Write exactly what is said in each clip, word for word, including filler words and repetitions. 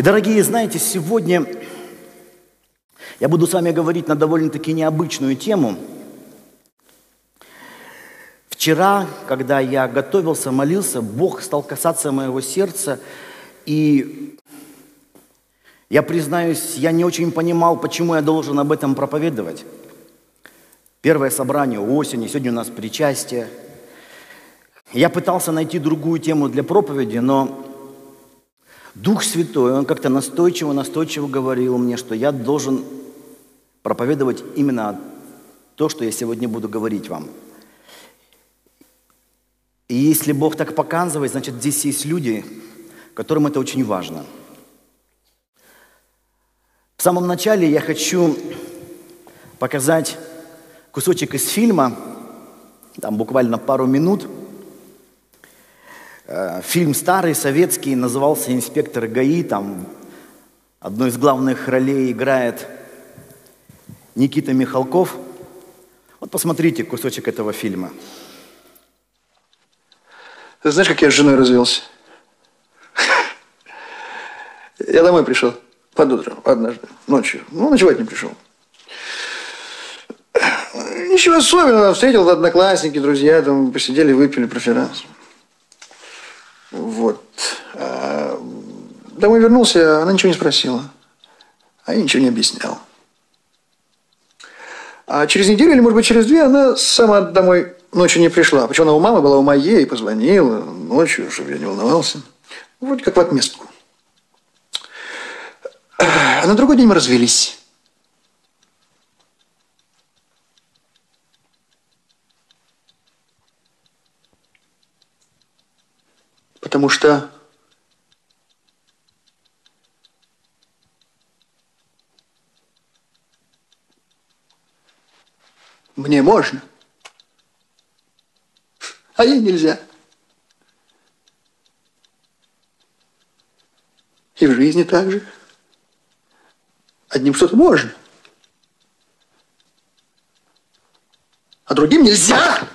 Дорогие, знаете, сегодня я буду с вами говорить на довольно-таки необычную тему. Вчера, когда я готовился, молился, Бог стал касаться моего сердца, и я признаюсь, я не очень понимал, почему я должен об этом проповедовать. Первое собрание осени, сегодня у нас причастие. Я пытался найти другую тему для проповеди, но Дух Святой, Он как-то настойчиво-настойчиво говорил мне, что я должен проповедовать именно то, что я сегодня буду говорить вам. И если Бог так показывает, значит, здесь есть люди, которым это очень важно. В самом начале я хочу показать кусочек из фильма, там буквально пару минут. Фильм старый, советский, назывался «Инспектор ГАИ». Там одну из главных ролей играет Никита Михалков. Вот посмотрите кусочек этого фильма. Ты знаешь, как я с женой развелся? Я домой пришел под утро однажды, ночью. Ну, ночевать не пришел. Ничего особенного. Встретил одноклассники, друзья, там посидели, выпили проферанс. Вот. А домой вернулся, она ничего не спросила. А я ничего не объяснял. А через неделю, или, может быть, через две, она сама домой ночью не пришла. Причем она у мамы была у моей, позвонила ночью, чтобы я не волновался. Вроде как в отместку. А на другой день мы развелись. Потому что мне можно, а ей нельзя. И в жизни так же. Одним что-то можно, а другим нельзя.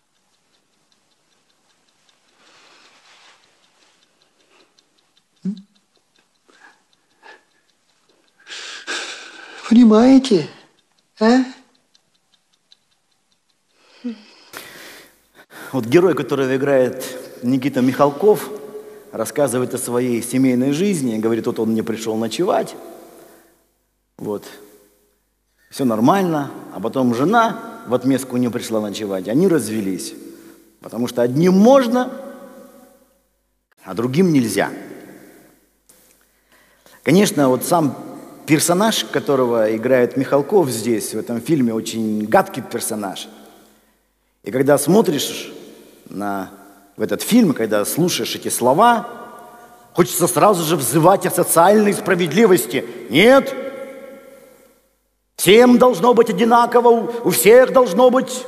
Понимаете, а? Вот герой, которого играет Никита Михалков, рассказывает о своей семейной жизни, говорит, вот он мне пришел ночевать, вот, все нормально, а потом жена в отместку не пришла ночевать, они развелись, потому что одним можно, а другим нельзя. Конечно, вот сам персонаж, которого играет Михалков здесь, в этом фильме, очень гадкий персонаж. И когда смотришь на, в этот фильм, когда слушаешь эти слова, хочется сразу же взывать о социальной справедливости. Нет! Всем должно быть одинаково, у, у всех должно быть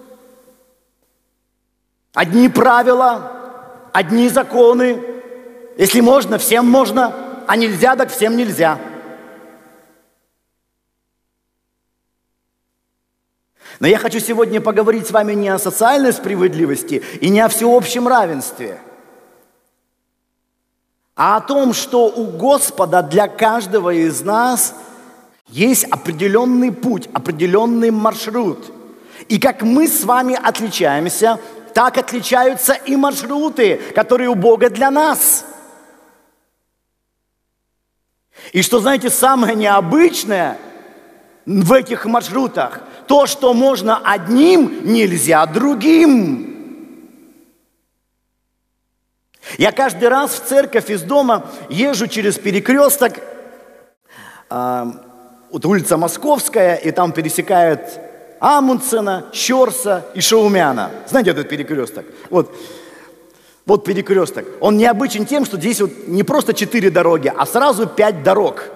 одни правила, одни законы. Если можно, всем можно, а нельзя, так всем нельзя. Но я хочу сегодня поговорить с вами не о социальной справедливости и не о всеобщем равенстве, а о том, что у Господа для каждого из нас есть определенный путь, определенный маршрут. И как мы с вами отличаемся, так отличаются и маршруты, которые у Бога для нас. И что, знаете, самое необычное в этих маршрутах, то, что можно одним, нельзя другим. Я каждый раз в церковь из дома езжу через перекресток, э, вот улица Московская, и там пересекает Амундсена, Щорса и Шаумяна. Знаете этот перекресток? Вот, вот перекресток. Он необычен тем, что здесь вот не просто четыре дороги, а сразу пять дорог.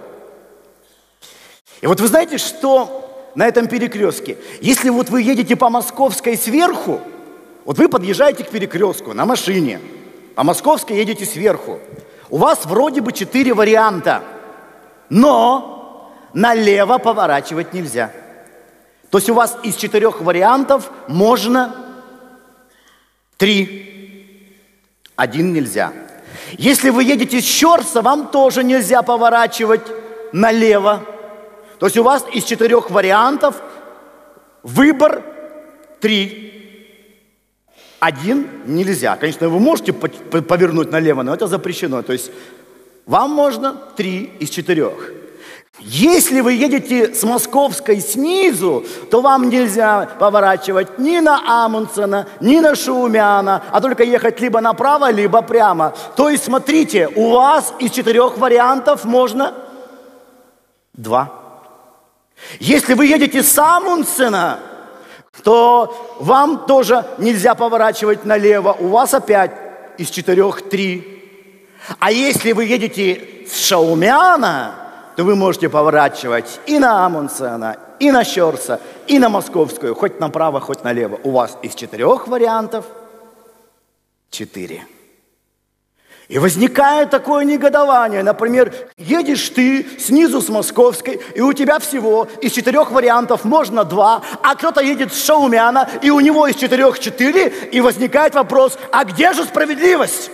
И вот вы знаете, что на этом перекрестке, если вот вы едете по Московской сверху, вот вы подъезжаете к перекрестку на машине, по Московской едете сверху, у вас вроде бы четыре варианта, но налево поворачивать нельзя. То есть у вас из четырех вариантов можно три, один нельзя. Если вы едете с Щорса, вам тоже нельзя поворачивать налево. То есть у вас из четырех вариантов выбор три. Один нельзя. Конечно, вы можете повернуть налево, но это запрещено. То есть вам можно три из четырех. Если вы едете с Московской снизу, то вам нельзя поворачивать ни на Амундсена, ни на Шаумяна, а только ехать либо направо, либо прямо. То есть, смотрите, у вас из четырех вариантов можно два. Если вы едете с Амундсена, то вам тоже нельзя поворачивать налево. У вас опять из четырех три. А если вы едете с Шаумяна, то вы можете поворачивать и на Амундсена, и на Щорса, и на Московскую, хоть направо, хоть налево. У вас из четырех вариантов четыре. И возникает такое негодование. Например, едешь ты снизу с Московской, и у тебя всего из четырех вариантов можно два, а кто-то едет с Шаумяна, и у него из четырех четыре, и возникает вопрос, а где же справедливость?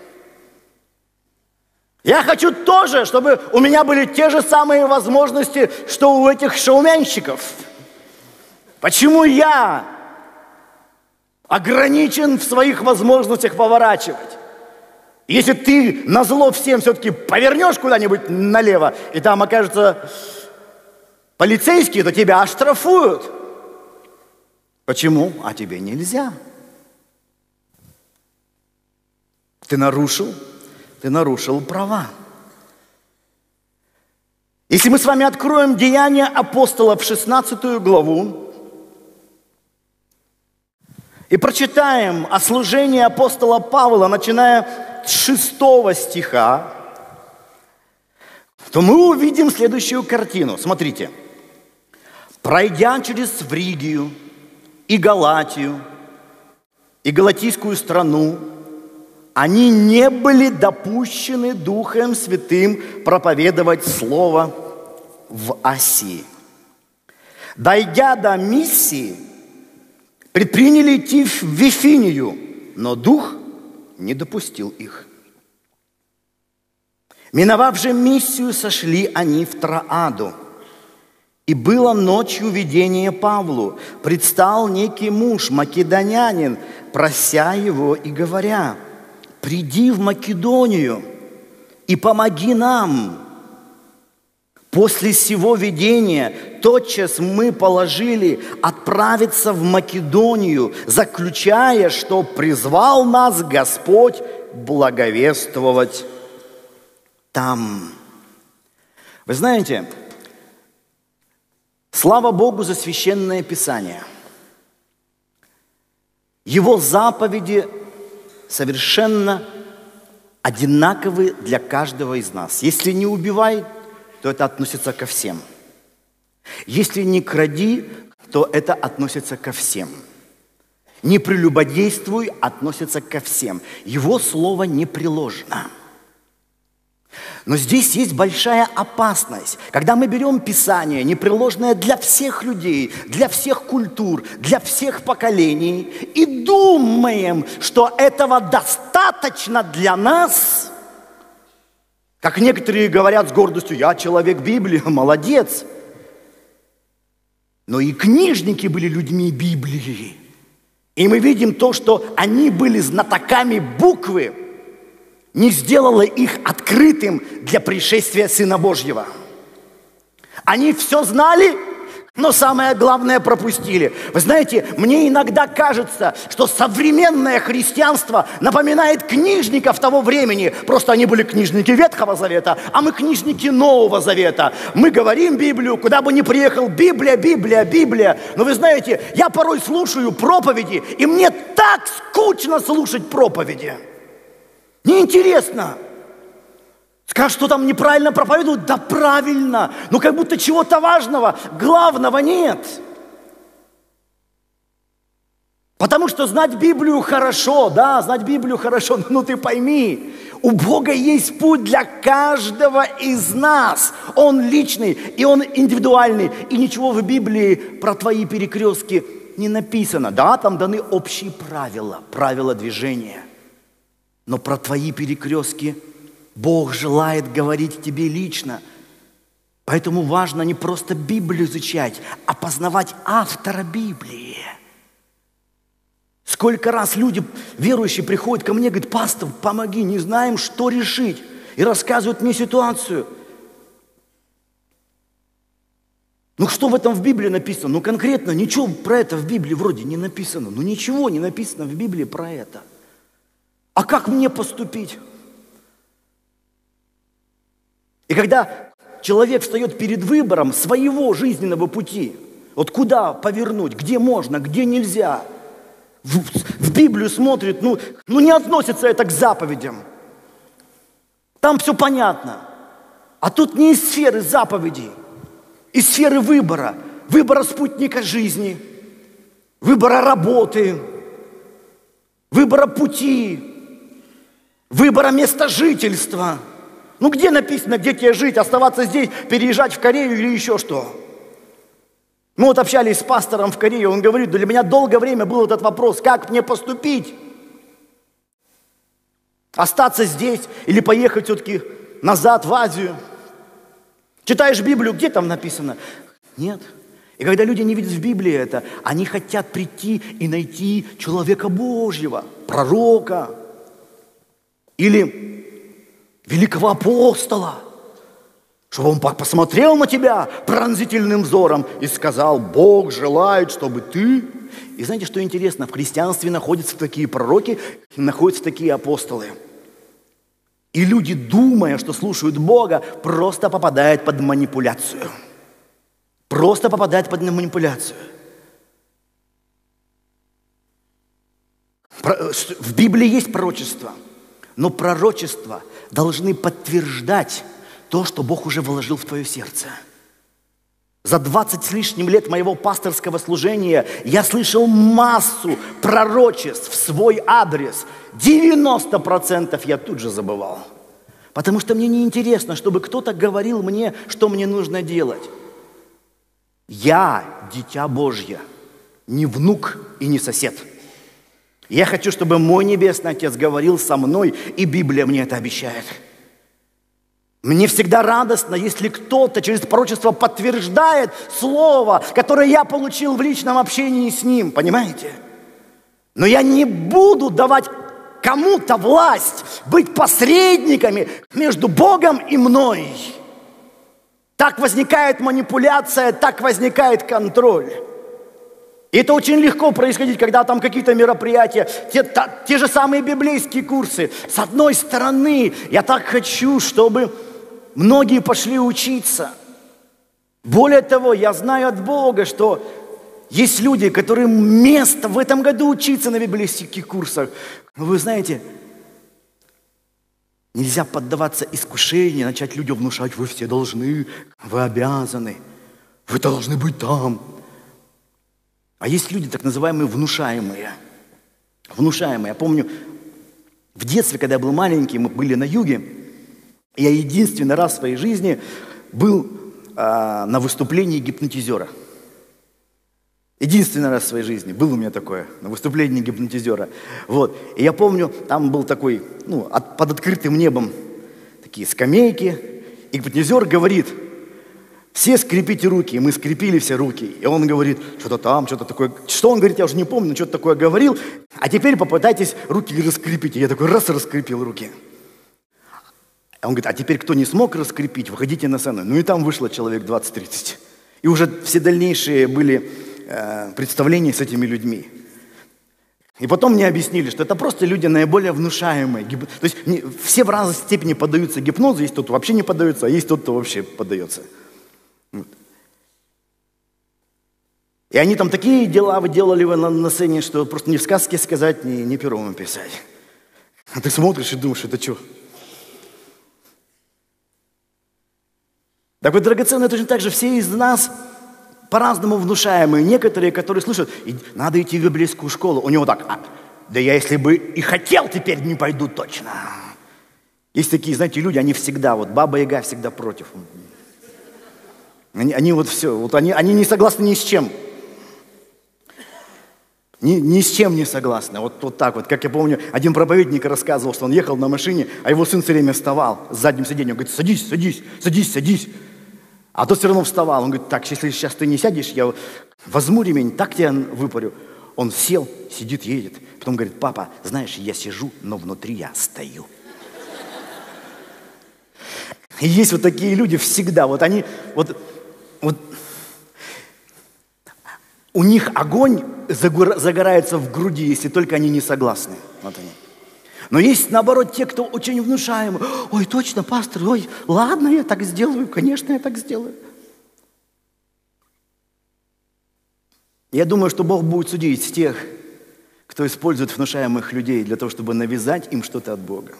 Я хочу тоже, чтобы у меня были те же самые возможности, что у этих шаумянщиков. Почему я ограничен в своих возможностях поворачивать? Если ты назло всем все-таки повернешь куда-нибудь налево, и там окажется полицейские, то тебя оштрафуют. Почему? А тебе нельзя. Ты нарушил. Ты нарушил права. Если мы с вами откроем Деяния апостолов, шестнадцатую главу, и прочитаем о служении апостола Павла, начиная с шестого стиха, то мы увидим следующую картину. Смотрите. «Пройдя через Фригию и Галатию, и Галатийскую страну, они не были допущены Духом Святым проповедовать Слово в Асии. Дойдя до Миссии, предприняли идти в Вифинию, но Дух не допустил их. Миновав же Миссию, сошли они в Троаду. И было ночью видение Павлу. Предстал некий муж, македонянин, прося его и говоря: «Приди в Македонию и помоги нам». После сего видения тотчас мы положили отправиться в Македонию, заключая, что призвал нас Господь благовествовать там. Вы знаете, слава Богу за Священное Писание. Его заповеди совершенно одинаковы для каждого из нас. Если не убивай, то это относится ко всем. Если не кради, то это относится ко всем. Не прелюбодействуй, относится ко всем. Его слово непреложно. Но здесь есть большая опасность. Когда мы берем Писание, непреложное для всех людей, для всех культур, для всех поколений, и думаем, что этого достаточно для нас, как некоторые говорят с гордостью: я человек Библии, молодец. Но и книжники были людьми Библии. И мы видим то, что они были знатоками буквы, не сделало их открытым для пришествия Сына Божьего. Они все знали, но самое главное пропустили. Вы знаете, мне иногда кажется, что современное христианство напоминает книжников того времени. Просто они были книжники Ветхого Завета, а мы книжники Нового Завета. Мы говорим Библию, куда бы ни приехал: Библия, Библия, Библия. Но вы знаете, я порой слушаю проповеди, и мне так скучно слушать проповеди. Неинтересно. Скажешь, что там неправильно проповедуют? Да правильно. Но как будто чего-то важного, главного нет. Потому что знать Библию хорошо, да, знать Библию хорошо, но ты пойми, у Бога есть путь для каждого из нас. Он личный, и он индивидуальный. И ничего в Библии про твои перекрестки не написано. Да, там даны общие правила, правила движения. Но про твои перекрестки Бог желает говорить тебе лично. Поэтому важно не просто Библию изучать, а познавать автора Библии. Сколько раз люди, верующие, приходят ко мне и говорят: пастор, помоги, не знаем, что решить. И рассказывают мне ситуацию. Ну что в этом в Библии написано? Ну конкретно ничего про это в Библии вроде не написано. Ну ничего не написано в Библии про это. А как мне поступить? И когда человек встает перед выбором своего жизненного пути, вот куда повернуть, где можно, где нельзя, в, в Библию смотрит, ну, ну не относится это к заповедям. Там все понятно. А тут не из сферы заповедей, из сферы выбора, выбора спутника жизни, выбора работы, выбора пути, выбора места жительства. Ну где написано, где тебе жить, оставаться здесь, переезжать в Корею или еще что? Мы вот общались с пастором в Корее, он говорит: для меня долгое время был этот вопрос, как мне поступить? Остаться здесь или поехать все-таки назад в Азию? Читаешь Библию, где там написано? Нет. И когда люди не видят в Библии это, они хотят прийти и найти человека Божьего, пророка или великого апостола, чтобы он посмотрел на тебя пронзительным взором и сказал: Бог желает, чтобы ты... И знаете, что интересно? В христианстве находятся такие пророки, находятся такие апостолы. И люди, думая, что слушают Бога, просто попадают под манипуляцию. Просто попадают под манипуляцию. В Библии есть пророчество, но пророчества должны подтверждать то, что Бог уже вложил в твое сердце. За двадцать с лишним лет моего пасторского служения я слышал массу пророчеств в свой адрес. девяносто процентов я тут же забывал. Потому что мне не интересно, чтобы кто-то говорил мне, что мне нужно делать. Я дитя Божье, не внук и не сосед. Я хочу, чтобы мой Небесный Отец говорил со мной, и Библия мне это обещает. Мне всегда радостно, если кто-то через пророчество подтверждает слово, которое я получил в личном общении с ним, понимаете? Но я не буду давать кому-то власть быть посредниками между Богом и мной. Так возникает манипуляция, так возникает контроль. И это очень легко происходить, когда там какие-то мероприятия, те, та, те же самые библейские курсы. С одной стороны, я так хочу, чтобы многие пошли учиться. Более того, я знаю от Бога, что есть люди, которым место в этом году учиться на библейских курсах. Но вы знаете, нельзя поддаваться искушению, начать людям внушать: вы все должны, вы обязаны, вы должны быть там. А есть люди, так называемые внушаемые. Внушаемые. Я помню, в детстве, когда я был маленький, мы были на юге, я единственный раз в своей жизни был а, на выступлении гипнотизера. Единственный раз в своей жизни был у меня такое, на выступлении гипнотизера. Вот. И я помню, там был такой, ну, от, под открытым небом такие скамейки, и гипнотизер говорит: все скрепите руки. И мы скрепили все руки. И он говорит: что-то там, что-то такое. Что он говорит, я уже не помню, но что-то такое говорил. А теперь попытайтесь руки раскрепить. И я такой раз раскрепил руки. А он говорит: а теперь кто не смог раскрепить, выходите на сцену. Ну и там вышло человек двадцать-тридцать. И уже все дальнейшие были э, представления с этими людьми. И потом мне объяснили, что это просто люди наиболее внушаемые. То есть не, все в разной степени поддаются гипнозу. Есть тот, кто вообще не поддается, а есть тот, кто вообще поддается. Вот. И они там такие дела выделали на, на сцене, что просто ни в сказке сказать, ни, ни пером написать. А ты смотришь и думаешь: это что? Так вот, драгоценные, точно так же все из нас по-разному внушаемые. Некоторые, которые слышат: надо идти в библейскую школу. У него так: а, да я если бы и хотел, теперь не пойду точно. Есть такие, знаете, люди, они всегда, вот Баба-Яга всегда против. Они, они вот все, вот они, они не согласны ни с чем. Ни, ни с чем не согласны. Вот, вот так вот. Как я помню, один проповедник рассказывал, что он ехал на машине, а его сын все время вставал с задним сиденьем. Он говорит, садись, садись, садись, садись. А тот все равно вставал. Он говорит, так, если сейчас ты не сядешь, я возьму ремень, так тебя выпарю. Он сел, сидит, едет. Потом говорит, папа, знаешь, я сижу, но внутри я стою. И есть вот такие люди всегда. Вот они, вот, вот у них огонь загорается в груди, если только они не согласны. Вот они. Но есть, наоборот, те, кто очень внушаемы. Ой, точно, пастор, ой, ладно, я так сделаю, конечно, я так сделаю. Я думаю, что Бог будет судить тех, кто использует внушаемых людей для того, чтобы навязать им что-то от Бога.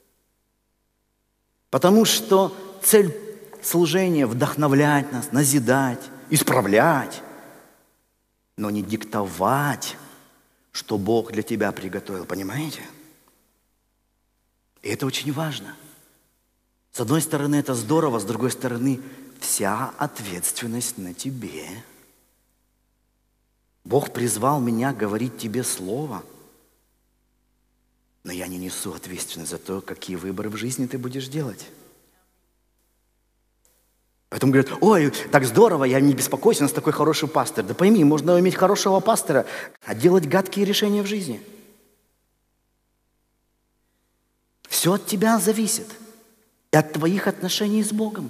Потому что цель служения – вдохновлять нас, назидать, исправлять, но не диктовать, что Бог для тебя приготовил, понимаете? И это очень важно. С одной стороны, это здорово, с другой стороны, вся ответственность на тебе. Бог призвал меня говорить тебе слово, но я не несу ответственность за то, какие выборы в жизни ты будешь делать. Поэтому говорят, ой, так здорово, я не беспокойся, у нас такой хороший пастор. Да пойми, можно иметь хорошего пастора, а делать гадкие решения в жизни. Все от тебя зависит. И от твоих отношений с Богом.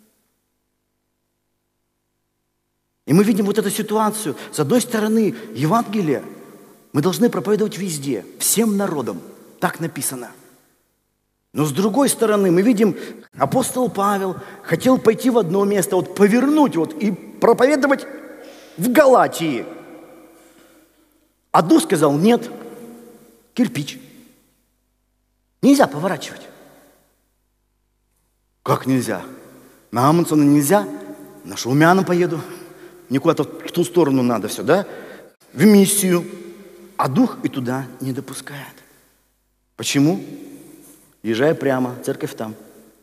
И мы видим вот эту ситуацию. С одной стороны, Евангелие мы должны проповедовать везде, всем народам. Так написано. Но с другой стороны, мы видим, апостол Павел хотел пойти в одно место, вот повернуть вот, и проповедовать в Галатии. А Дух сказал, нет, кирпич. Нельзя поворачивать. Как нельзя? На Амундсена нельзя, на Шаумяна поеду. Мне куда-то в ту сторону надо все, да? В миссию. А Дух и туда не допускает. Почему? Езжай прямо, церковь там.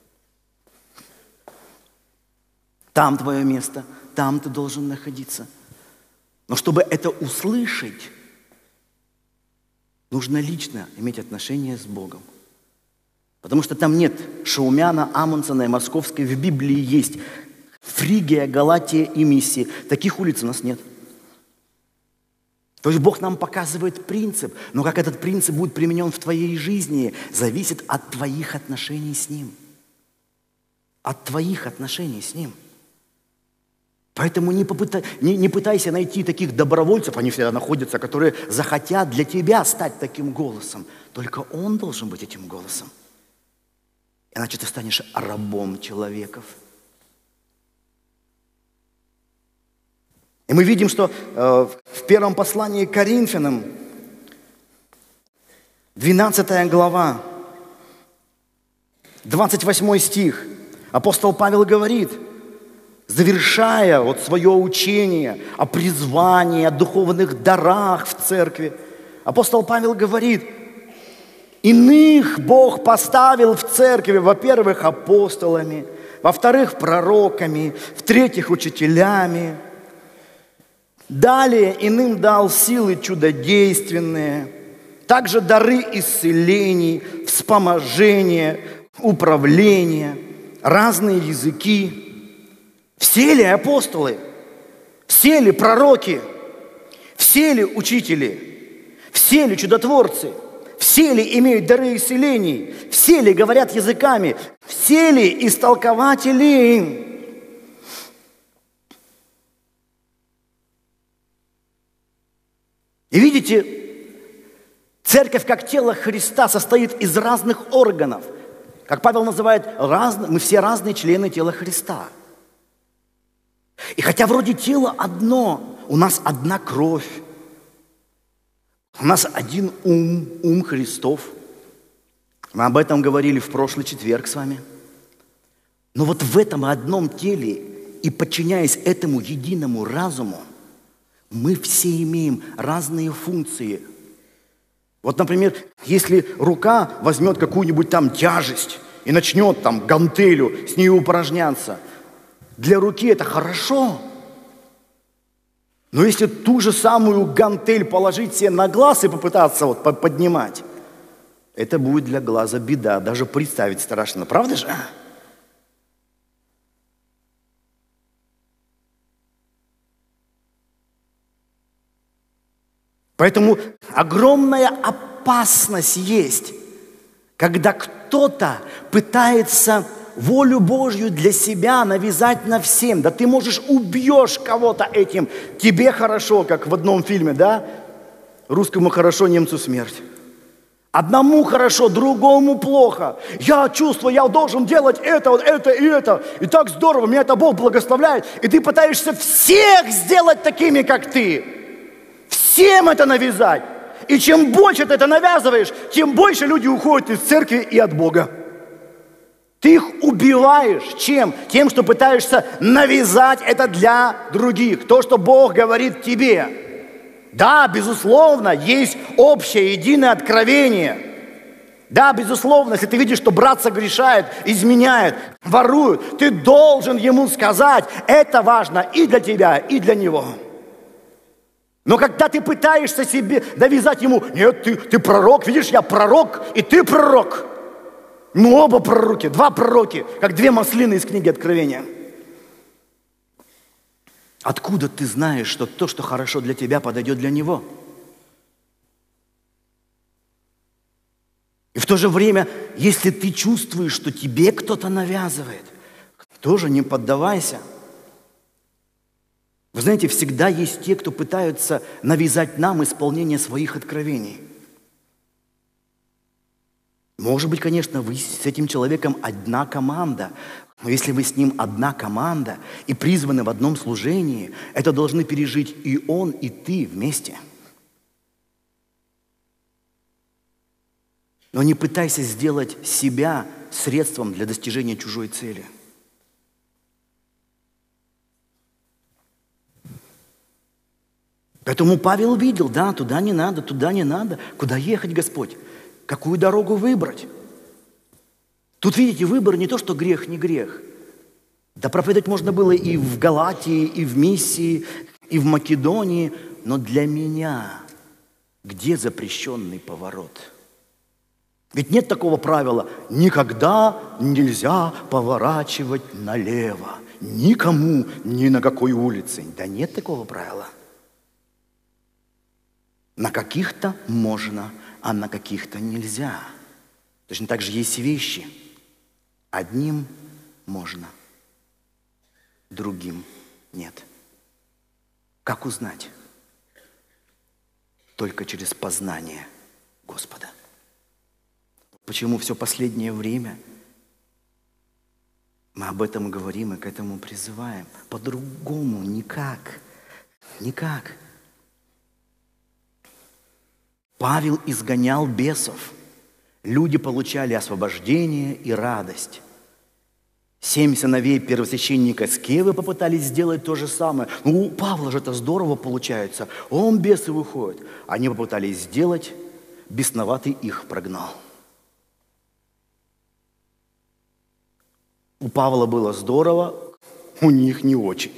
Там твое место, там ты должен находиться. Но чтобы это услышать, нужно лично иметь отношение с Богом. Потому что там нет Шаумяна, Амундсена и Московской. В Библии есть Фригия, Галатия и Миссия. Таких улиц у нас нет. То есть Бог нам показывает принцип, но как этот принцип будет применен в твоей жизни, зависит от твоих отношений с Ним. От твоих отношений с Ним. Поэтому не, попытай, не, не пытайся найти таких добровольцев, они всегда находятся, которые захотят для тебя стать таким голосом. Только Он должен быть этим голосом. Иначе ты станешь рабом человеков. И мы видим, что э, в первом послании к Коринфянам, двенадцатая глава, двадцать восьмой стих, апостол Павел говорит, завершая вот свое учение о призвании, о духовных дарах в церкви, апостол Павел говорит, иных Бог поставил в церкви, во-первых, апостолами, во-вторых, пророками, в-третьих, учителями. Далее иным дал силы чудодейственные, также дары исцелений, вспоможения, управления, разные языки. Все ли апостолы? Все ли пророки? Все ли учители? Все ли чудотворцы? Все ли имеют дары исцелений? Все ли говорят языками? Все ли истолкователи? И видите, церковь как тело Христа состоит из разных органов. Как Павел называет, разные, мы все разные члены тела Христа. И хотя вроде тело одно, у нас одна кровь, у нас один ум, ум Христов. Мы об этом говорили в прошлый четверг с вами. Но вот в этом одном теле и подчиняясь этому единому разуму, мы все имеем разные функции. Вот, например, если рука возьмет какую-нибудь там тяжесть и начнет там гантелью с ней упражняться, для руки это хорошо. Но если ту же самую гантель положить себе на глаз и попытаться вот поднимать, это будет для глаза беда, даже представить страшно, правда же? Поэтому огромная опасность есть, когда кто-то пытается волю Божью для себя навязать на всем. Да ты, можешь, убьешь кого-то этим. Тебе хорошо, как в одном фильме, да? Русскому хорошо, немцу смерть. Одному хорошо, другому плохо. Я чувствую, я должен делать это, вот это и это. И так здорово, меня это Бог благословляет. И ты пытаешься всех сделать такими, как ты. Всем это навязать. И чем больше ты это навязываешь, тем больше люди уходят из церкви и от Бога. Ты их убиваешь. Чем? Тем, что пытаешься навязать это для других. То, что Бог говорит тебе. Да, безусловно, есть общее, единое откровение. Да, безусловно, если ты видишь, что брат согрешает, изменяет, ворует, ты должен ему сказать, это важно и для тебя, и для него. Но когда ты пытаешься себе навязать ему, нет, ты, ты пророк, видишь, я пророк, и ты пророк. Мы оба пророки, два пророки, как две маслины из книги Откровения. Откуда ты знаешь, что то, что хорошо для тебя, подойдет для него? И в то же время, если ты чувствуешь, что тебе кто-то навязывает, тоже не поддавайся. Вы знаете, всегда есть те, кто пытаются навязать нам исполнение своих откровений. Может быть, конечно, вы с этим человеком одна команда, но если вы с ним одна команда и призваны в одном служении, это должны пережить и он, и ты вместе. Но не пытайся сделать себя средством для достижения чужой цели. Поэтому Павел видел, да, туда не надо, туда не надо. Куда ехать, Господь? Какую дорогу выбрать? Тут, видите, выбор не то, что грех, не грех. Да проповедовать можно было и в Галатии, и в Миссии, и в Македонии. Но для меня где запрещенный поворот? Ведь нет такого правила, никогда нельзя поворачивать налево. Никому, ни на какой улице. Да нет такого правила. На каких-то можно, а на каких-то нельзя. Точно так же есть вещи. Одним можно, другим нет. Как узнать? Только через познание Господа. Почему все последнее время мы об этом говорим и к этому призываем? По-другому никак. Никак. Павел изгонял бесов. Люди получали освобождение и радость. Семь сыновей первосвященника Скевы попытались сделать то же самое. Ну, у Павла же это здорово получается. Он бесы выходит. Они попытались сделать, бесноватый их прогнал. У Павла было здорово, у них не очень.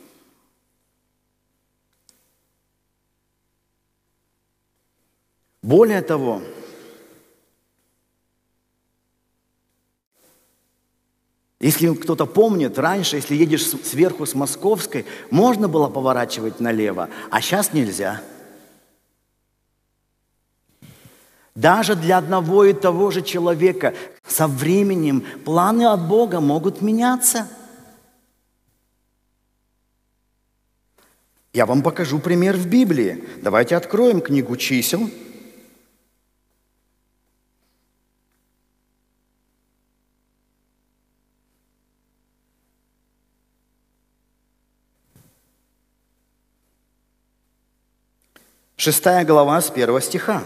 Более того, если кто-то помнит, раньше, если едешь сверху с Московской, можно было поворачивать налево, а сейчас нельзя. Даже для одного и того же человека со временем планы от Бога могут меняться. Я вам покажу пример в Библии. Давайте откроем книгу Чисел. Шестая глава с первого стиха.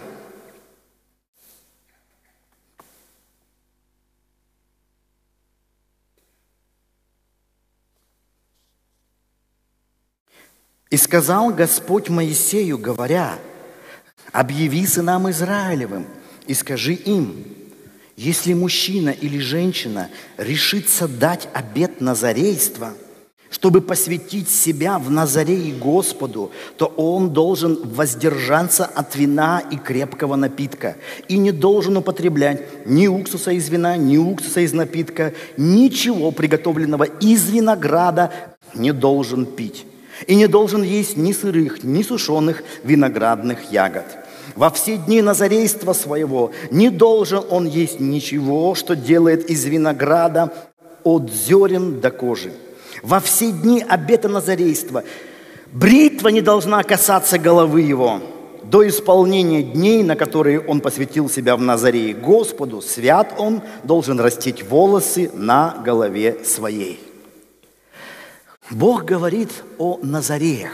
«И сказал Господь Моисею, говоря, объяви сынам Израилевым и скажи им, если мужчина или женщина решится дать обет назарейства, чтобы посвятить себя в Назарее Господу, то он должен воздержаться от вина и крепкого напитка и не должен употреблять ни уксуса из вина, ни уксуса из напитка, ничего приготовленного из винограда не должен пить. И не должен есть ни сырых, ни сушеных виноградных ягод. Во все дни назарейства своего не должен он есть ничего, что делает из винограда от зерен до кожи. Во все дни обета назарейства бритва не должна касаться головы его. До исполнения дней, на которые он посвятил себя в Назарее Господу, свят он, должен растить волосы на голове своей. Бог говорит о назареях.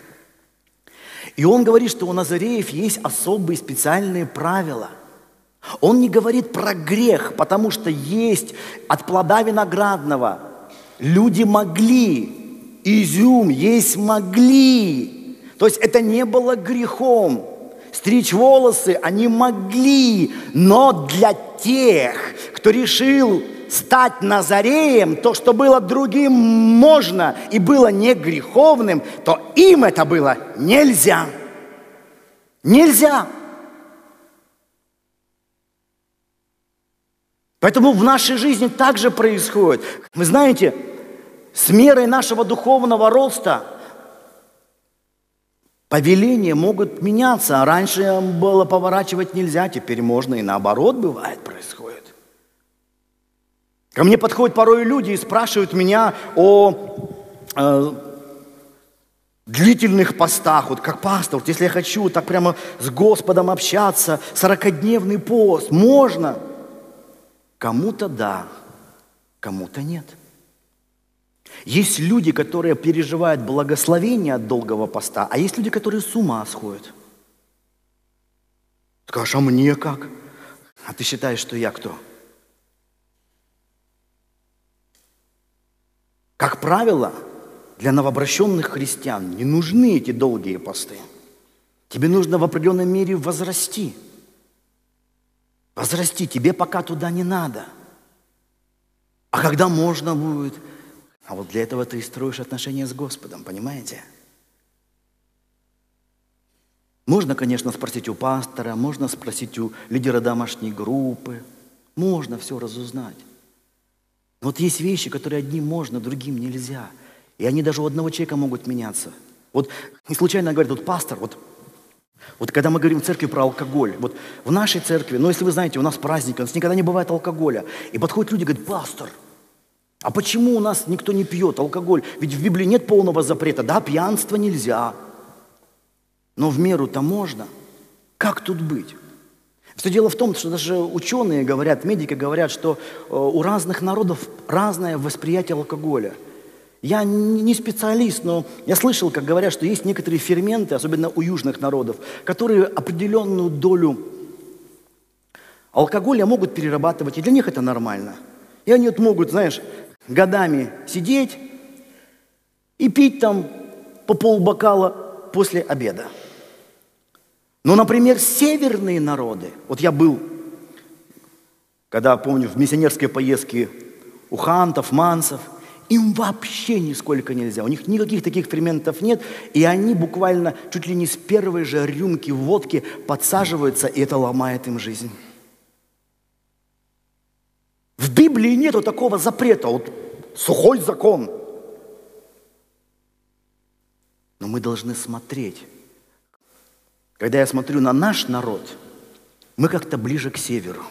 И Он говорит, что у назареев есть особые специальные правила. Он не говорит про грех, потому что есть от плода виноградного. Люди могли, изюм есть могли. То есть это не было грехом. Стричь волосы они могли, но для тех, кто решил стать назареем, то, что было другим можно и было не греховным, то им это было нельзя. Нельзя. Поэтому в нашей жизни так же происходит. Вы знаете, с мерой нашего духовного роста повеления могут меняться. Раньше было поворачивать нельзя, теперь можно, и наоборот бывает, происходит. Ко мне подходят порой люди и спрашивают меня о э, длительных постах. Вот как пастор, вот если я хочу так прямо с Господом общаться, сорокадневный пост, можно? Кому-то да, кому-то нет. Есть люди, которые переживают благословение от долгого поста, а есть люди, которые с ума сходят. Скажешь, а мне как? А ты считаешь, что я кто? Как правило, для новообращенных христиан не нужны эти долгие посты. Тебе нужно в определенной мере возрасти. Возрасти, тебе пока туда не надо. А когда можно будет? А вот для этого ты и строишь отношения с Господом, понимаете? Можно, конечно, спросить у пастора, можно спросить у лидера домашней группы. Можно все разузнать. Но вот есть вещи, которые одним можно, другим нельзя. И они даже у одного человека могут меняться. Вот не случайно говорят, вот пастор, вот, вот когда мы говорим в церкви про алкоголь, вот в нашей церкви, ну если вы знаете, у нас праздник, у нас никогда не бывает алкоголя. И подходят люди и говорят, пастор, а почему у нас никто не пьет алкоголь? Ведь в Библии нет полного запрета. Да, пьянство нельзя, но в меру-то можно. Как тут быть? Все дело в том, что даже ученые говорят, медики говорят, что у разных народов разное восприятие алкоголя. Я не специалист, но я слышал, как говорят, что есть некоторые ферменты, особенно у южных народов, которые определенную долю алкоголя могут перерабатывать, и для них это нормально. И они вот могут, знаешь, годами сидеть и пить там по полбокала после обеда. Но, например, северные народы, вот я был, когда, помню, в миссионерской поездке у хантов, мансов, им вообще нисколько нельзя, у них никаких таких ферментов нет, и они буквально чуть ли не с первой же рюмки водки подсаживаются, и это ломает им жизнь. В Библии нету такого запрета, вот сухой закон. Но мы должны смотреть. Когда я смотрю на наш народ, мы как-то ближе к северу.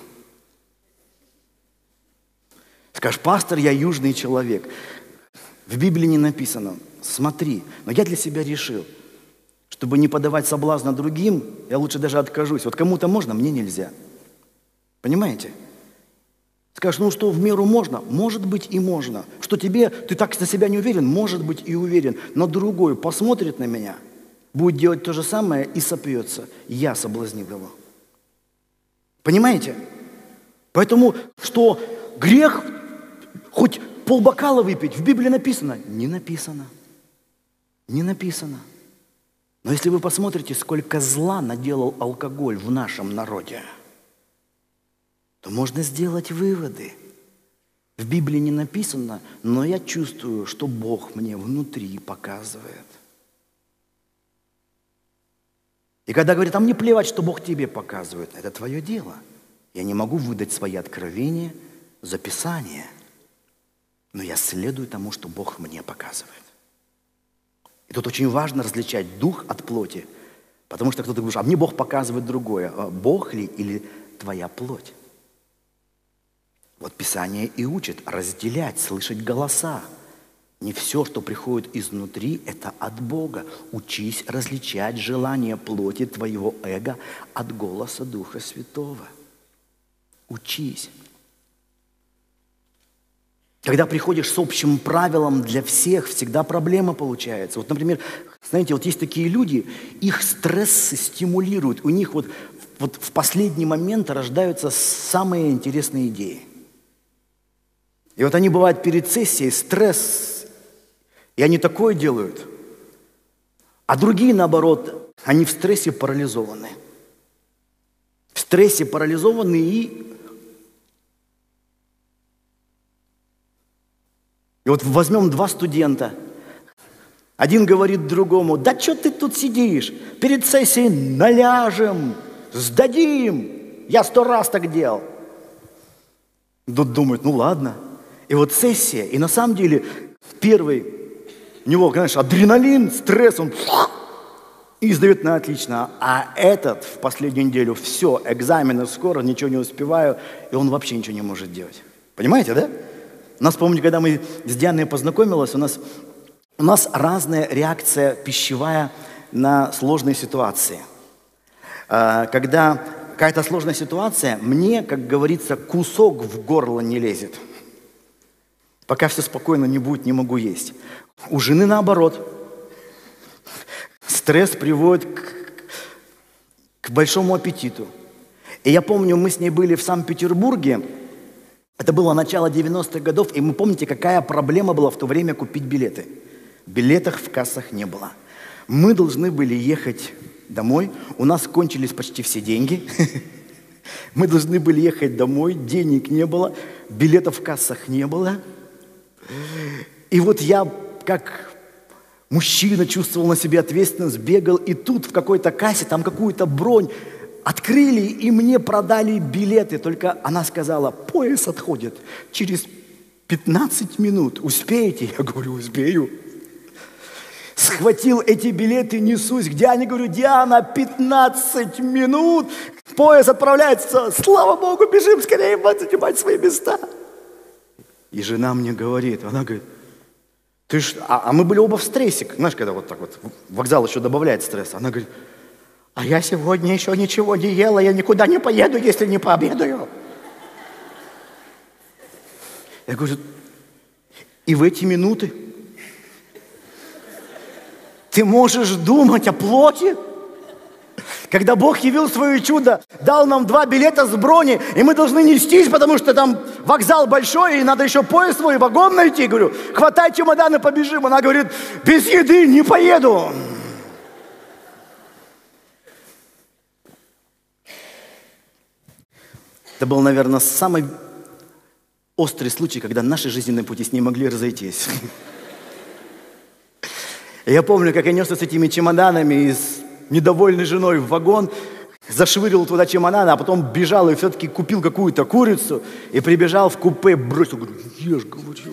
Скажешь, пастор, я южный человек. В Библии не написано, смотри, но я для себя решил, чтобы не подавать соблазна другим, я лучше даже откажусь. Вот кому-то можно, мне нельзя. Понимаете? Скажешь, ну что, в меру можно? Может быть и можно. Что тебе, ты так на себя не уверен? Может быть и уверен. Но другой посмотрит на меня, будет делать то же самое и сопьется. Я соблазнил его. Понимаете? Поэтому, что грех хоть полбокала выпить, в Библии написано? Не написано. Не написано. Но если вы посмотрите, сколько зла наделал алкоголь в нашем народе, то можно сделать выводы. В Библии не написано, но я чувствую, что Бог мне внутри показывает. И когда говорят, а мне плевать, что Бог тебе показывает, это твое дело. Я не могу выдать свои откровения за Писание, но я следую тому, что Бог мне показывает. И тут очень важно различать дух от плоти, потому что кто-то говорит, а мне Бог показывает другое. Бог ли или твоя плоть? Вот Писание и учит разделять, слышать голоса. Не все, что приходит изнутри, это от Бога. Учись различать желание плоти твоего эго от голоса Духа Святого. Учись. Когда приходишь с общим правилом для всех, всегда проблема получается. Вот, например, знаете, вот есть такие люди, их стресс стимулирует, у них вот, вот в последний момент рождаются самые интересные идеи. И вот они бывают перед сессией, стресс, и они такое делают. А другие, наоборот, они в стрессе парализованы. В стрессе парализованы и... И вот возьмем два студента. Один говорит другому, да что ты тут сидишь? Перед сессией наляжем, сдадим. Я сто раз так делал. Тут думает, ну ладно. И вот сессия, и на самом деле первый... У него, конечно, адреналин, стресс, он и сдает на отлично. А этот в последнюю неделю, все, экзамены скоро, ничего не успеваю, и он вообще ничего не может делать. Понимаете, да? У нас, помните, когда мы с Дианой познакомились, у нас, у нас разная реакция пищевая на сложные ситуации. Когда какая-то сложная ситуация, мне, как говорится, кусок в горло не лезет. Пока все спокойно не будет, не могу есть. У жены наоборот. Стресс приводит к, к большому аппетиту. И я помню, мы с ней были в Санкт-Петербурге. Это было начало девяностых годов. И вы помните, какая проблема была в то время купить билеты? Билетов в кассах не было. Мы должны были ехать домой. У нас кончились почти все деньги. Мы должны были ехать домой. Денег не было. Билетов в кассах не было. И вот я, как мужчина, чувствовал на себе ответственность, бегал, и тут в какой-то кассе, там какую-то бронь открыли, и мне продали билеты. Только она сказала, поезд отходит через пятнадцать минут. Успеете? Я говорю, успею. Схватил эти билеты, несусь к Диане, говорю, Диана, пятнадцать минут, поезд отправляется, слава Богу, бежим скорее занимать свои места. И жена мне говорит, она говорит, ты ж... а, а мы были оба в стрессе, знаешь, когда вот так вот, вокзал еще добавляет стресс. Она говорит, а я сегодня еще ничего не ела, я никуда не поеду, если не пообедаю. Я говорю, и в эти минуты ты можешь думать о плоти? Когда Бог явил свое чудо, дал нам два билета с брони, и мы должны нестись, потому что там вокзал большой, и надо еще поезд свой, вагон найти. Говорю, хватай чемоданы, побежим. Она говорит, без еды не поеду. Это был, наверное, самый острый случай, когда наши жизненные пути с ней могли разойтись. Я помню, как я несся с этими чемоданами и с недовольной женой в вагон, зашвырил туда чемоданы, а потом бежал и все-таки купил какую-то курицу и прибежал в купе, бросил, говорю, ешь, говорю.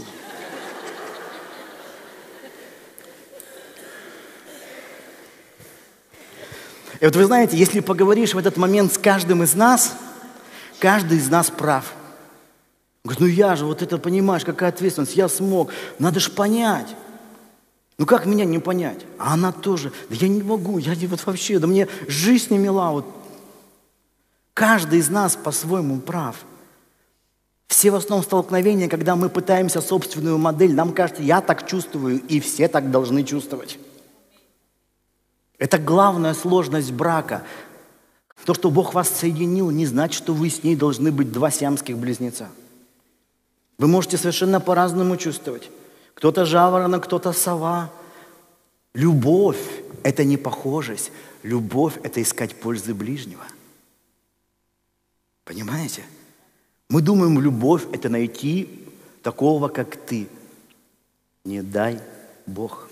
И вот вы знаете, если поговоришь в этот момент с каждым из нас, каждый из нас прав. Говорит, ну я же, вот это понимаешь, какая ответственность, я смог, надо же понять. Ну как меня не понять? А она тоже. Да я не могу, я вот вообще, да мне жизнь не мила. Вот. Каждый из нас по-своему прав. Все в основном столкновения, когда мы пытаемся собственную модель, нам кажется, я так чувствую, и все так должны чувствовать. Это главная сложность брака. То, что Бог вас соединил, не значит, что вы с ней должны быть два сиамских близнеца. Вы можете совершенно по-разному чувствовать. Кто-то жаворонок, кто-то сова. Любовь – это не похожесть. Любовь – это искать пользы ближнего. Понимаете? Мы думаем, любовь – это найти такого, как ты. Не дай Бог.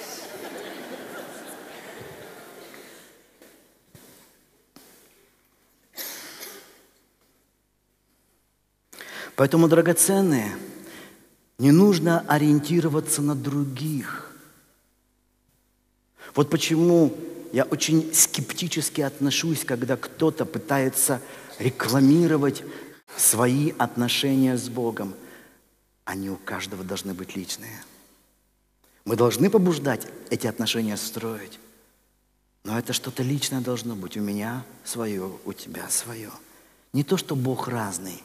Поэтому, драгоценные, не нужно ориентироваться на других. Вот почему я очень скептически отношусь, когда кто-то пытается рекламировать свои отношения с Богом. Они у каждого должны быть личные. Мы должны побуждать эти отношения строить. Но это что-то личное должно быть. У меня свое, у тебя свое. Не то, что Бог разный.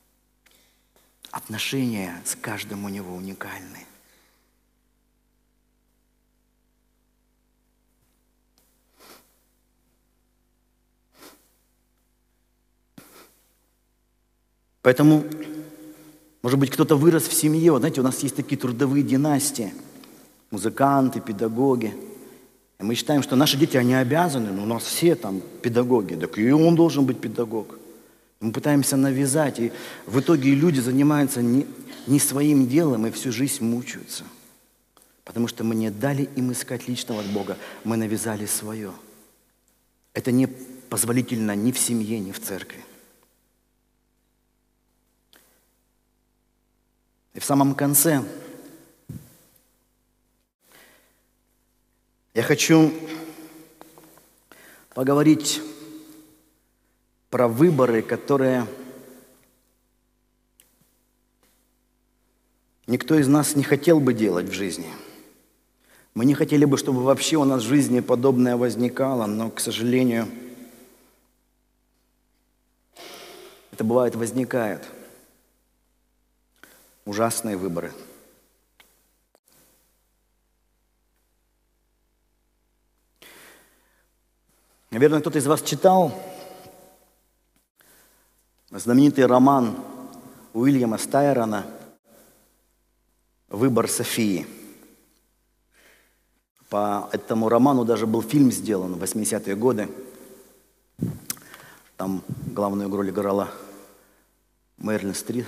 Отношения с каждым у него уникальны. Поэтому, может быть, кто-то вырос в семье. Вот знаете, у нас есть такие трудовые династии. Музыканты, педагоги. И мы считаем, что наши дети, они обязаны. Но у нас все там педагоги. Так и он должен быть педагог. Мы пытаемся навязать. И в итоге люди занимаются не, не своим делом и всю жизнь мучаются. Потому что мы не дали им искать личного от Бога. Мы навязали свое. Это не позволительно ни в семье, ни в церкви. И в самом конце я хочу поговорить про выборы, которые никто из нас не хотел бы делать в жизни. Мы не хотели бы, чтобы вообще у нас в жизни подобное возникало, но, к сожалению, это бывает возникает. Ужасные выборы. Наверное, кто-то из вас читал знаменитый роман Уильяма Стайрона «Выбор Софии». По этому роману даже был фильм сделан в восьмидесятые годы. Там главную роль играла Мэрил Стрип.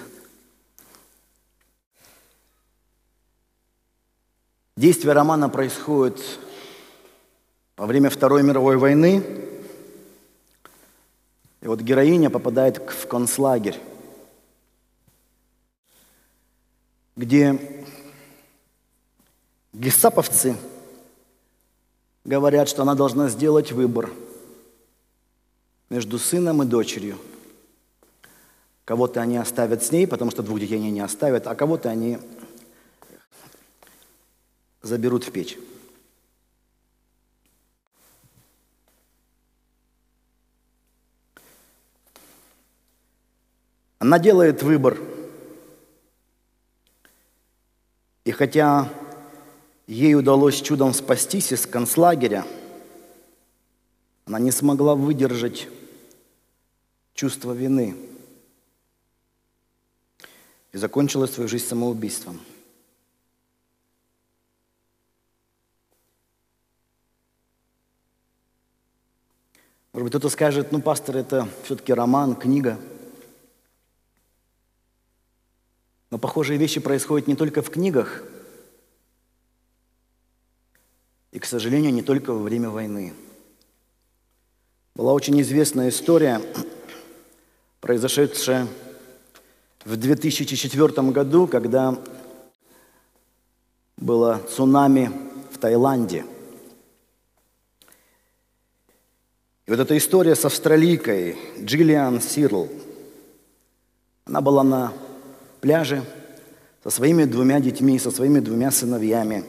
Действие романа происходит во время Второй мировой войны. И вот героиня попадает в концлагерь, где гестаповцы говорят, что она должна сделать выбор между сыном и дочерью. Кого-то они оставят с ней, потому что двух детей они не оставят, а кого-то они заберут в печь. Она делает выбор. И хотя ей удалось чудом спастись из концлагеря, она не смогла выдержать чувство вины и закончила свою жизнь самоубийством. Может быть, кто-то скажет, ну, пастор, это все-таки роман, книга. Но похожие вещи происходят не только в книгах, и, к сожалению, не только во время войны. Была очень известная история, произошедшая в две тысячи четвёртом году, когда было цунами в Таиланде. И вот эта история с австралийкой Джиллиан Сирл, она была на пляже со своими двумя детьми, со своими двумя сыновьями.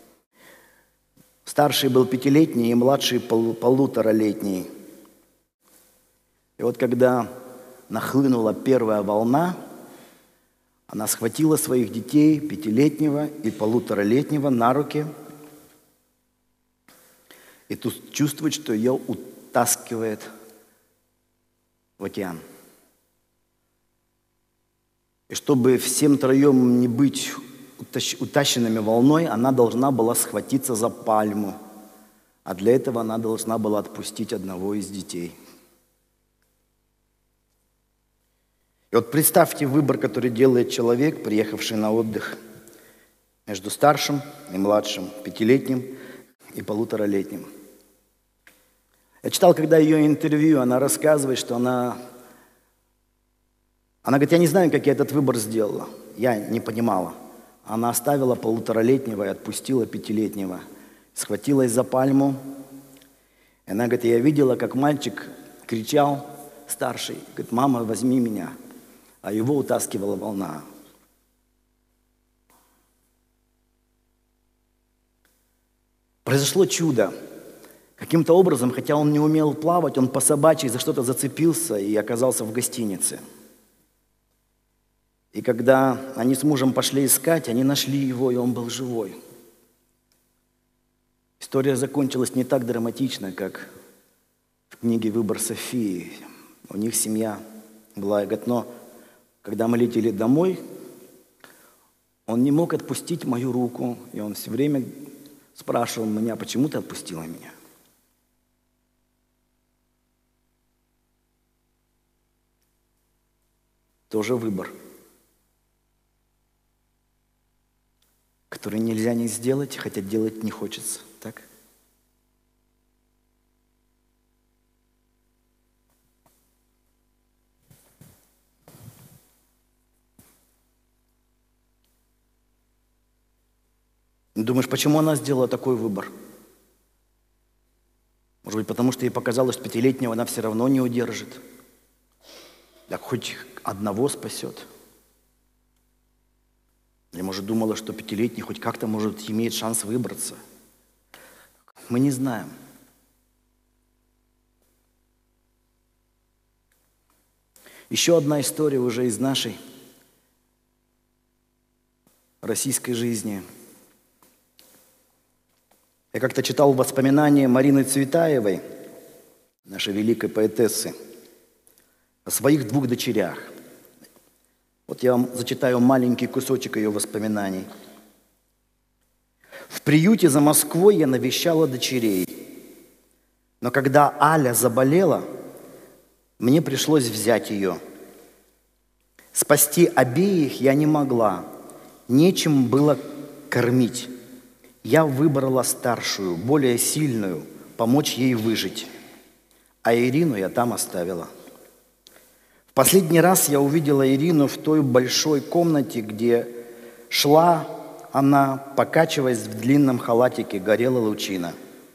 Старший был пятилетний и младший пол- полуторалетний. И вот когда нахлынула первая волна, она схватила своих детей, пятилетнего и полуторалетнего, на руки и тут чувствует, что ее утаскивает в океан. И чтобы всем троем не быть утащенными волной, она должна была схватиться за пальму. А для этого она должна была отпустить одного из детей. И вот представьте выбор, который делает человек, приехавший на отдых между старшим и младшим, пятилетним и полуторалетним. Я читал, когда ее интервью, она рассказывает, что она... Она говорит, я не знаю, как я этот выбор сделала. Я не понимала. Она оставила полуторалетнего и отпустила пятилетнего. Схватилась за пальму. И она говорит, я видела, как мальчик кричал, старший, говорит, мама, возьми меня. А его утаскивала волна. Произошло чудо. Каким-то образом, хотя он не умел плавать, он по собачьи за что-то зацепился и оказался в гостинице. И когда они с мужем пошли искать, они нашли его, и он был живой. История закончилась не так драматично, как в книге «Выбор Софии». У них семья была, и говорит, но когда мы летели домой, он не мог отпустить мою руку, и он все время спрашивал меня, почему ты отпустила меня? Тоже выбор, который нельзя не сделать, хотя делать не хочется, так? Думаешь, почему она сделала такой выбор? Может быть, потому что ей показалось, что пятилетнего она все равно не удержит. Так хоть одного спасет. Или, может, думала, что пятилетний хоть как-то, может, имеет шанс выбраться. Мы не знаем. Еще одна история уже из нашей российской жизни. Я как-то читал воспоминания Марины Цветаевой, нашей великой поэтессы, о своих двух дочерях. Вот я вам зачитаю маленький кусочек ее воспоминаний. В приюте за Москвой я навещала дочерей. Но когда Аля заболела, мне пришлось взять ее. Спасти обеих я не могла, нечем было кормить. Я выбрала старшую, более сильную, помочь ей выжить. А Ирину я там оставила. В последний раз я увидела Ирину в той большой комнате, где шла она, покачиваясь в длинном халатике, горела лучина.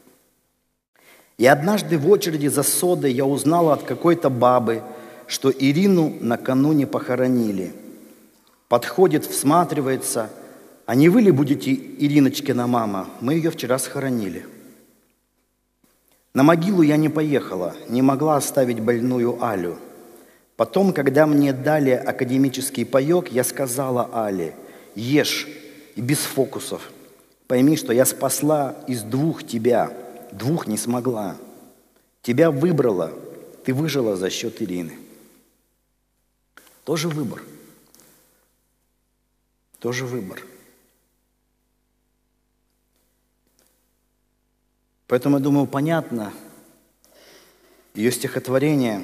И однажды в очереди за содой я узнала от какой-то бабы, что Ирину накануне похоронили. Подходит, всматривается. А не вы ли будете Ириночкина мама? Мы ее вчера схоронили. На могилу я не поехала, не могла оставить больную Алю. Потом, когда мне дали академический паёк, я сказала Але, ешь и без фокусов. Пойми, что я спасла из двух тебя, двух не смогла. Тебя выбрала, ты выжила за счет Ирины. Тоже выбор. Тоже выбор. Поэтому, я думаю, понятно ее стихотворение.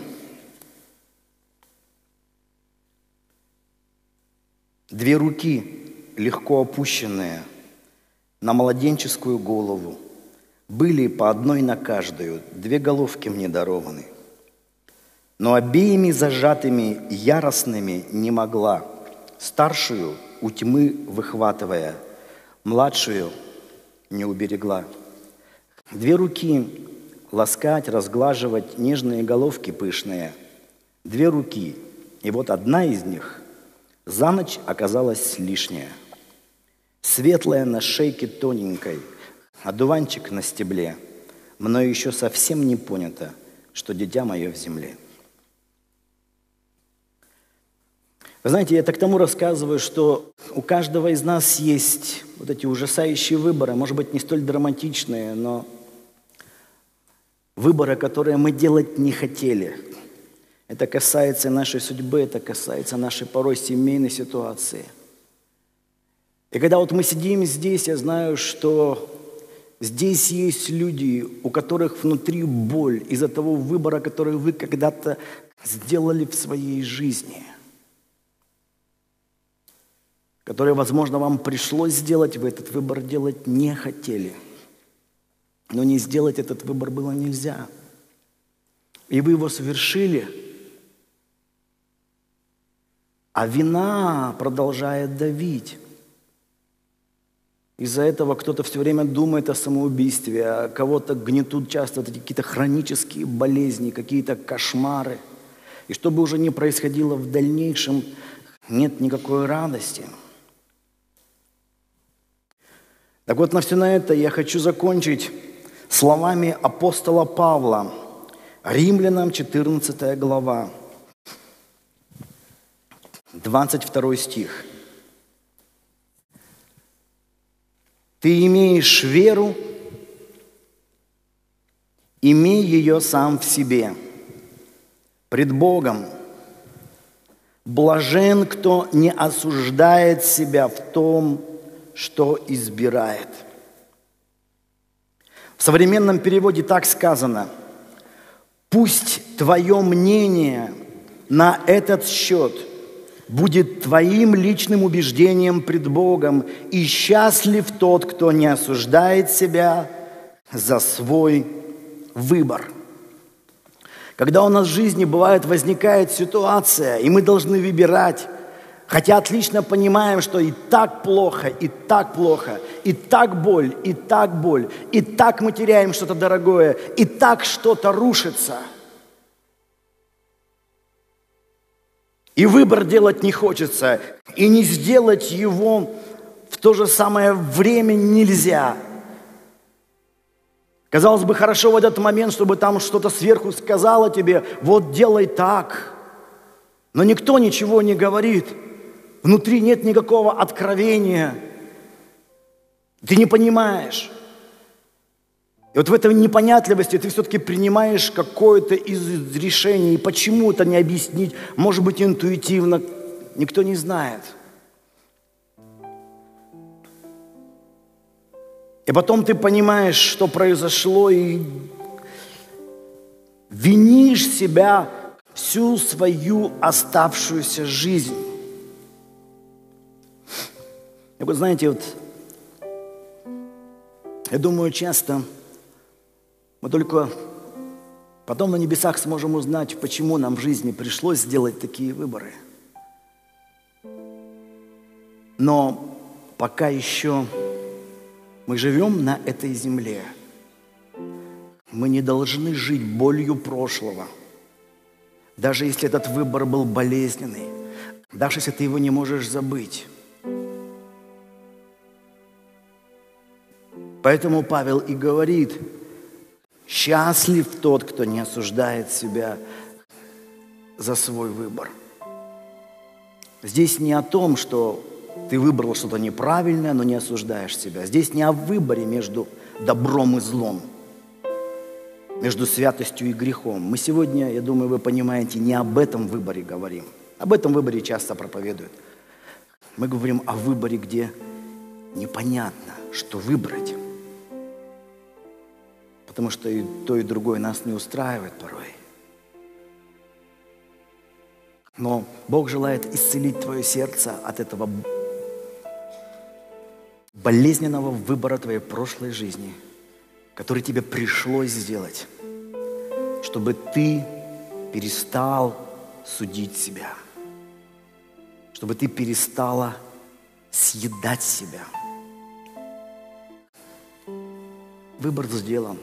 Две руки, легко опущенные на младенческую голову, были по одной на каждую, две головки мне дарованы. Но обеими зажатыми яростными не могла, старшую у тьмы выхватывая, младшую не уберегла. Две руки ласкать, разглаживать нежные головки пышные. Две руки, и вот одна из них за ночь оказалась лишняя. Светлая на шейке тоненькой, одуванчик на стебле. Мною еще совсем не понято, что дитя мое в земле. Вы знаете, я так тому рассказываю, что у каждого из нас есть вот эти ужасающие выборы, может быть, не столь драматичные, но выборы, которые мы делать не хотели. Это касается нашей судьбы, это касается нашей порой семейной ситуации. И когда вот мы сидим здесь, я знаю, что здесь есть люди, у которых внутри боль из-за того выбора, который вы когда-то сделали в своей жизни. которые, возможно, вам пришлось сделать, вы этот выбор делать не хотели. Но не сделать этот выбор было нельзя. И вы его совершили, а вина продолжает давить. Из-за этого кто-то все время думает о самоубийстве, а кого-то гнетут часто вот эти какие-то хронические болезни, какие-то кошмары. И что бы уже ни происходило в дальнейшем, нет никакой радости. Так вот, на все на это я хочу закончить словами апостола Павла, Римлянам четырнадцатая глава, двадцать второй стих. «Ты имеешь веру, имей ее сам в себе, пред Богом. Блажен, кто не осуждает себя в том, что избирает». В современном переводе так сказано: «Пусть твое мнение на этот счет будет твоим личным убеждением пред Богом, и счастлив тот, кто не осуждает себя за свой выбор». Когда у нас в жизни бывает, возникает ситуация, и мы должны выбирать, хотя отлично понимаем, что и так плохо, и так плохо, и так боль, и так боль, и так мы теряем что-то дорогое, и так что-то рушится. И выбор делать не хочется, и не сделать его в то же самое время нельзя. Казалось бы, хорошо в этот момент, чтобы там что-то сверху сказало тебе: вот делай так. Но никто ничего не говорит. Внутри нет никакого откровения. Ты не понимаешь. И вот в этой непонятливости ты все-таки принимаешь какое-то из решений. И почему это не объяснить? Может быть, интуитивно. Никто не знает. И потом ты понимаешь, что произошло, и винишь себя всю свою оставшуюся жизнь. И вот знаете, вот я думаю, часто мы только потом на небесах сможем узнать, почему нам в жизни пришлось сделать такие выборы. Но пока еще мы живем на этой земле, мы не должны жить болью прошлого. Даже если этот выбор был болезненный, даже если ты его не можешь забыть. Поэтому Павел и говорит: счастлив тот, кто не осуждает себя за свой выбор. Здесь не о том, что ты выбрал что-то неправильное, но не осуждаешь себя. Здесь не о выборе между добром и злом, между святостью и грехом. Мы сегодня, я думаю, вы понимаете, не об этом выборе говорим. Об этом выборе часто проповедуют. Мы говорим о выборе, где непонятно, что выбрать. Потому что и то, и другое нас не устраивает порой. Но Бог желает исцелить твое сердце от этого болезненного выбора твоей прошлой жизни, который тебе пришлось сделать, чтобы ты перестал судить себя, чтобы ты перестала съедать себя. Выбор сделан.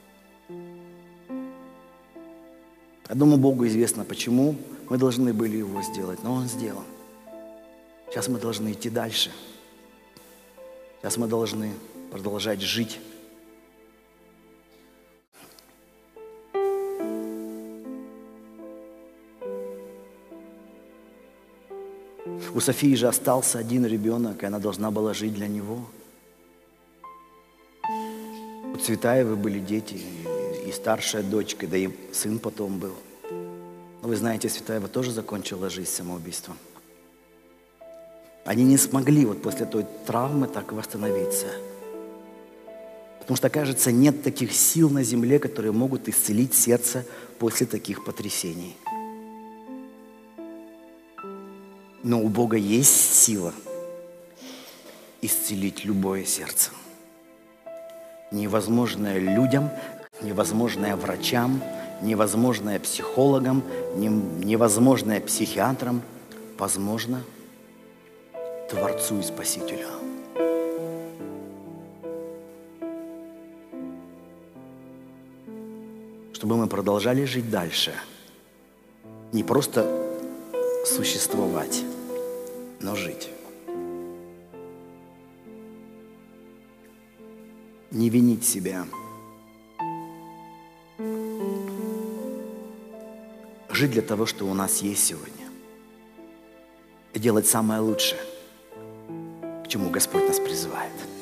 Я думаю, Богу известно, почему мы должны были его сделать, но Он сделан. Сейчас мы должны идти дальше. Сейчас мы должны продолжать жить. У Софии же остался один ребенок, и она должна была жить для него. У Цветаевой были дети, и старшая дочка, да и сын потом был. Но вы знаете, Цветаева тоже закончила жизнь самоубийством. Они не смогли вот после той травмы так восстановиться. Потому что, кажется, нет таких сил на земле, которые могут исцелить сердце после таких потрясений. Но у Бога есть сила исцелить любое сердце. Невозможное людям, невозможное врачам, невозможное психологам, невозможное психиатрам, возможно Творцу и Спасителю. Чтобы мы продолжали жить дальше, не просто существовать, но жить. Не винить себя. Жить для того, что у нас есть сегодня. И делать самое лучшее, к чему Господь нас призывает.